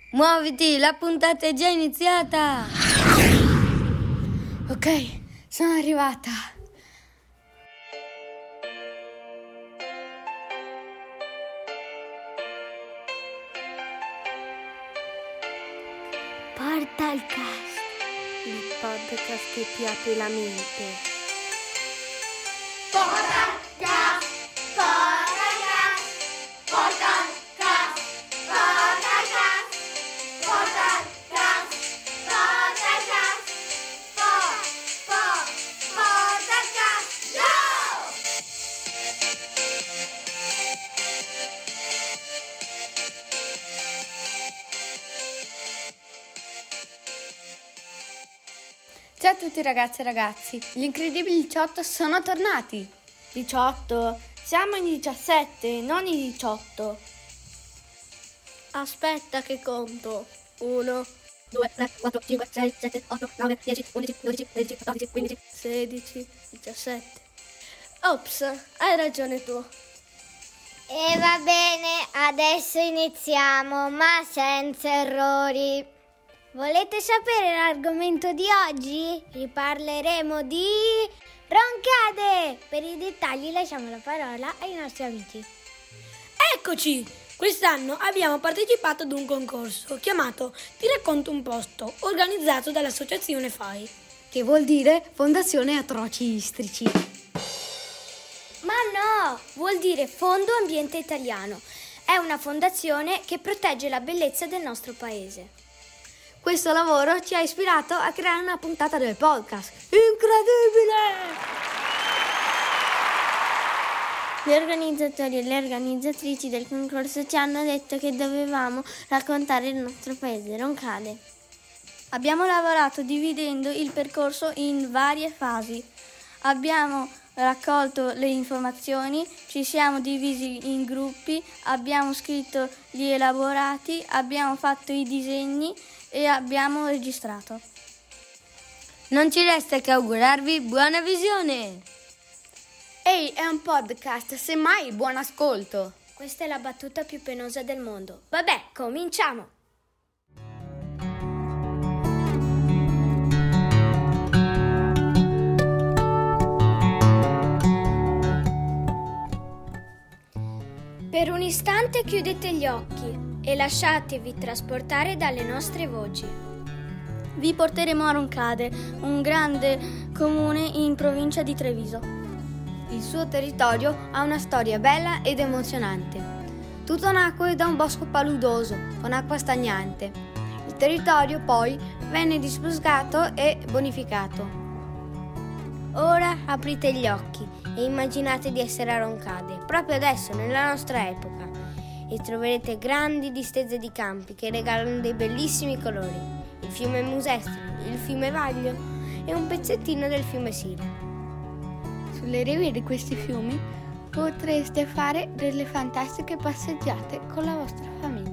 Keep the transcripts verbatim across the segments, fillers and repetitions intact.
Muoviti, la puntata è già iniziata! Ok, sono arrivata. Portalcast, il podcast che ti apre la mente. Portalcast, Portalcast, Portalcast, Portalcast, Portalcast, Portalcast, Por, por, Portalcast, go! Ciao a tutti ragazze e ragazzi, gli incredibili diciotto sono tornati. diciotto? Siamo in diciassette, non in diciotto. Aspetta che conto. uno, due, tre, quattro, cinque, sei, sette, otto, nove, dieci, undici, dodici, tredici, quattordici, quindici, sedici, diciassette. Ops, hai ragione tu. E va bene, adesso iniziamo, ma senza errori. Volete sapere l'argomento di oggi? Riparleremo di roncade. Per i dettagli lasciamo la parola ai nostri amici. Eccoci! Quest'anno abbiamo partecipato ad un concorso chiamato Ti racconto un posto, organizzato dall'associazione F A I. Che vuol dire Fondazione Atroci Istrici. Ma no, vuol dire Fondo Ambiente Italiano. È una fondazione che protegge la bellezza del nostro paese. Questo lavoro ci ha ispirato a creare una puntata del podcast. Incredibile! Gli organizzatori e le organizzatrici del concorso ci hanno detto che dovevamo raccontare il nostro paese, Roncade. Abbiamo lavorato dividendo il percorso in varie fasi. Abbiamo raccolto le informazioni, ci siamo divisi in gruppi, abbiamo scritto gli elaborati, abbiamo fatto i disegni e abbiamo registrato. Non ci resta che augurarvi buona visione! Ehi, è un podcast, semmai buon ascolto. Questa è la battuta più penosa del mondo. Vabbè, cominciamo! Per un istante chiudete gli occhi e lasciatevi trasportare dalle nostre voci. Vi porteremo a Roncade, un grande comune in provincia di Treviso. Il suo territorio ha una storia bella ed emozionante. Tutto nacque da un bosco paludoso, con acqua stagnante. Il territorio poi venne disboscato e bonificato. Ora aprite gli occhi e immaginate di essere a Roncade, proprio adesso, nella nostra epoca, e troverete grandi distese di campi che regalano dei bellissimi colori. Il fiume Musestri, il fiume Vaglio e un pezzettino del fiume Sila. Sulle rive di questi fiumi potreste fare delle fantastiche passeggiate con la vostra famiglia.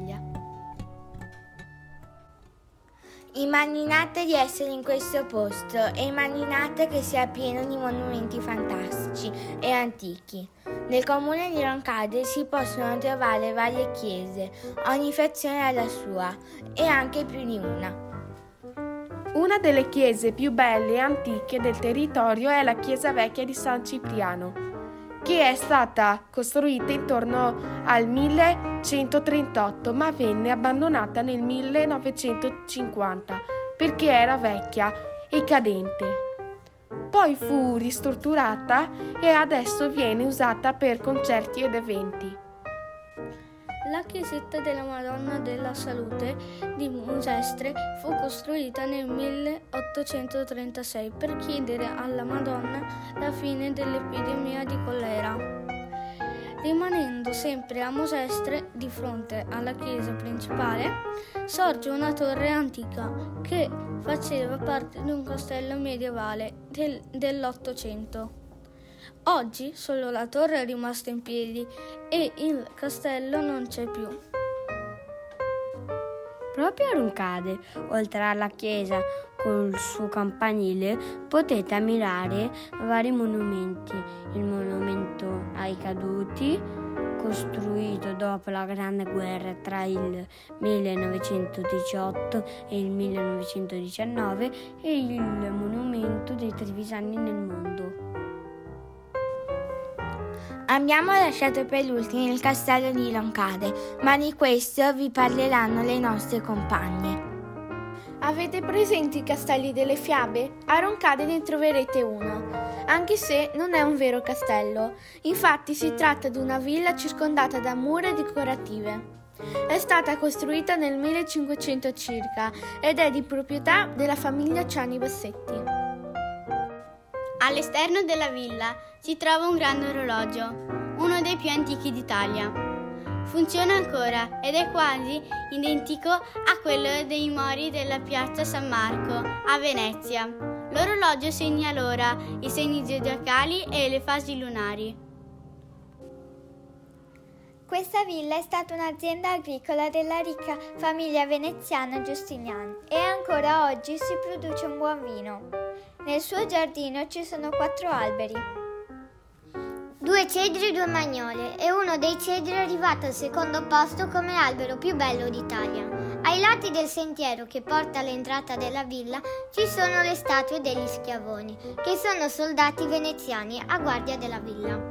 Immaginate di essere in questo posto e immaginate che sia pieno di monumenti fantastici e antichi. Nel comune di Roncade si possono trovare varie chiese, ogni frazione ha la sua e anche più di una. Una delle chiese più belle e antiche del territorio è la chiesa vecchia di San Cipriano, che è stata costruita intorno al millecentotrentotto, ma venne abbandonata nel millenovecentocinquanta perché era vecchia e cadente. Poi fu ristrutturata e adesso viene usata per concerti ed eventi. La chiesetta della Madonna della Salute di Musestre fu costruita nel milleottocentotrentasei per chiedere alla Madonna la fine dell'epidemia di colera. Rimanendo sempre a Musestre, di fronte alla chiesa principale, sorge una torre antica che faceva parte di un castello medievale del, dell'Ottocento. Oggi solo la torre è rimasta in piedi e il castello non c'è più. Proprio a Roncade, oltre alla chiesa col suo campanile, potete ammirare vari monumenti. Il monumento ai caduti costruito dopo la Grande Guerra tra il millenovecentodiciotto e il millenovecentodiciannove, è il monumento dei trevigiani nel mondo. Abbiamo lasciato per ultimo il castello di Roncade, ma di questo vi parleranno le nostre compagne. Avete presenti i castelli delle fiabe? A Roncade ne troverete uno, anche se non è un vero castello. Infatti si tratta di una villa circondata da mura decorative. È stata costruita nel millecinquecento circa ed è di proprietà della famiglia Ciani Bassetti. All'esterno della villa si trova un grande orologio, uno dei più antichi d'Italia. Funziona ancora ed è quasi identico a quello dei Mori della piazza San Marco a Venezia. L'orologio segna l'ora, i segni zodiacali e le fasi lunari. Questa villa è stata un'azienda agricola della ricca famiglia veneziana Giustiniani e ancora oggi si produce un buon vino. Nel suo giardino ci sono quattro alberi. Due cedri e due magnole e uno dei cedri è arrivato al secondo posto come albero più bello d'Italia. Ai lati del sentiero che porta all'entrata della villa ci sono le statue degli schiavoni, che sono soldati veneziani a guardia della villa.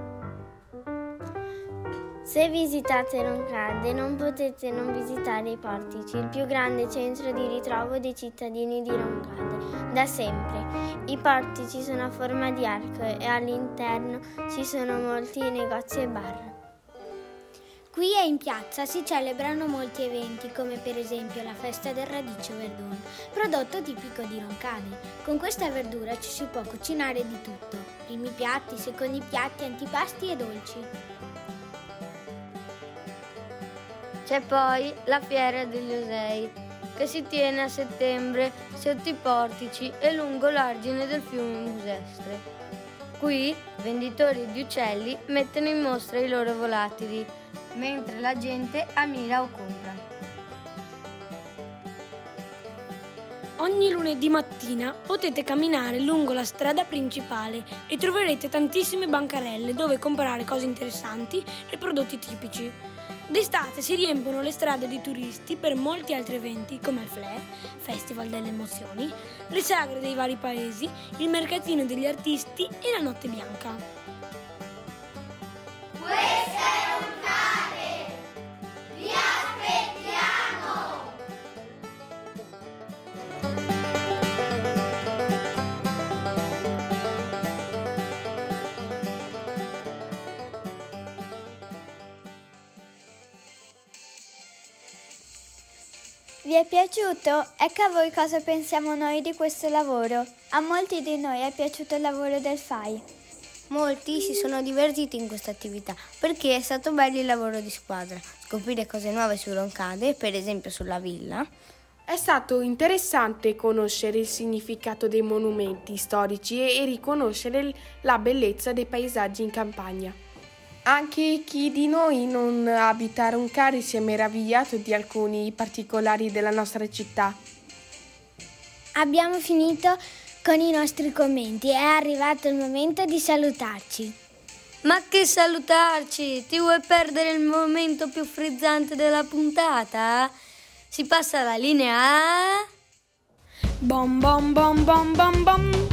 Se visitate Roncade non potete non visitare i portici, il più grande centro di ritrovo dei cittadini di Roncade, da sempre. I portici sono a forma di arco e all'interno ci sono molti negozi e bar. Qui e in piazza si celebrano molti eventi, come per esempio la festa del radicio verdone, prodotto tipico di Roncade. Con questa verdura ci si può cucinare di tutto, primi piatti, secondi piatti, antipasti e dolci. C'è poi la fiera degli Osei, che si tiene a settembre sotto i portici e lungo l'argine del fiume Musestre. Qui venditori di uccelli mettono in mostra i loro volatili, mentre la gente ammira o compra. Ogni lunedì mattina potete camminare lungo la strada principale e troverete tantissime bancarelle dove comprare cose interessanti e prodotti tipici. D'estate si riempiono le strade di turisti per molti altri eventi come il Flair, Festival delle Emozioni, le sagre dei vari paesi, il mercatino degli artisti e la Notte Bianca. Questa è Roncade! Vi aspettiamo! Vi è piaciuto? Ecco a voi cosa pensiamo noi di questo lavoro. A molti di noi è piaciuto il lavoro del F A I. Molti si sono divertiti in questa attività perché è stato bello il lavoro di squadra, scoprire cose nuove su Roncade, per esempio sulla villa. È stato interessante conoscere il significato dei monumenti storici e riconoscere la bellezza dei paesaggi in campagna. Anche chi di noi non abita a Roncade si è meravigliato di alcuni particolari della nostra città. Abbiamo finito con i nostri commenti, è arrivato il momento di salutarci. Ma che salutarci! Ti vuoi perdere il momento più frizzante della puntata? Si passa alla linea a... Bom bom bom bom bom bom!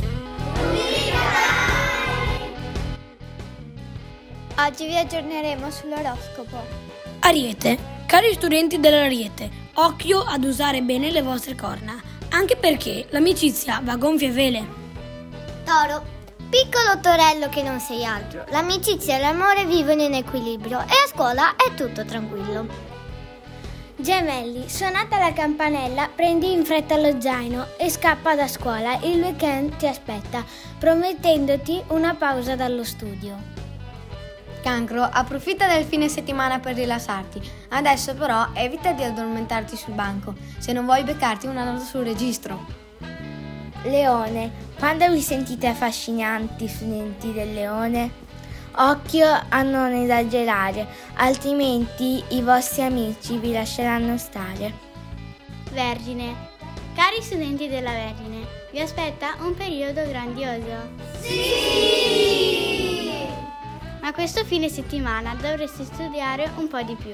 Oggi vi aggiorneremo sull'oroscopo. Ariete. Cari studenti dell'Ariete, occhio ad usare bene le vostre corna, anche perché l'amicizia va a gonfie vele. Toro. Piccolo torello che non sei altro, l'amicizia e l'amore vivono in equilibrio e a scuola è tutto tranquillo. Gemelli, suonata la campanella, prendi in fretta lo zaino e scappa da scuola, il weekend ti aspetta, promettendoti una pausa dallo studio. Cancro, approfitta del fine settimana per rilassarti, adesso però evita di addormentarti sul banco, se non vuoi beccarti una nota sul registro. Leone, quando vi sentite affascinanti studenti del Leone, occhio a non esagerare, altrimenti i vostri amici vi lasceranno stare. Vergine. Cari studenti della Vergine, vi aspetta un periodo grandioso. Sì! Ma ma questo fine settimana dovresti studiare un po' di più.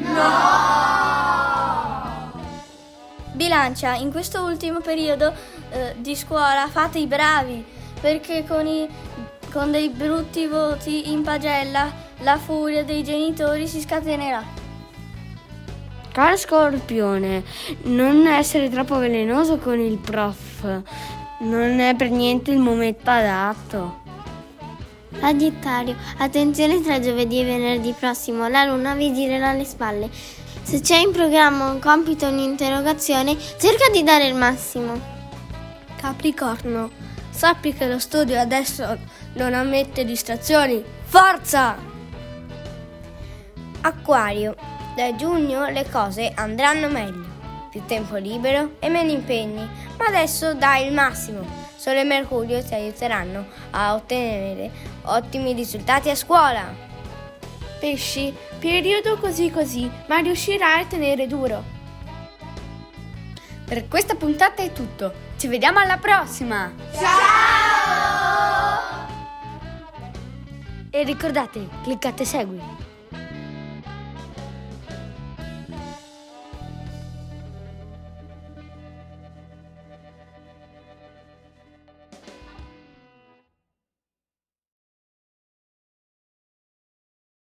Bilancia, in questo ultimo periodo eh, di scuola fate i bravi, perché con, i, con dei brutti voti in pagella la furia dei genitori si scatenerà. Caro Scorpione, non essere troppo velenoso con il prof, non è per niente il momento adatto. Sagittario, attenzione tra giovedì e venerdì prossimo, la luna vi girerà le spalle. Se c'è in programma un compito o un'interrogazione, cerca di dare il massimo. Capricorno, sappi che lo studio adesso non ammette distrazioni. Forza! Acquario, da giugno le cose andranno meglio. Più tempo libero e meno impegni, ma adesso dai il massimo. Sole e Mercurio ti aiuteranno a ottenere ottimi risultati a scuola. Pesci, periodo così così, ma riuscirai a tenere duro. Per questa puntata è tutto. Ci vediamo alla prossima! E ricordate, cliccate segui.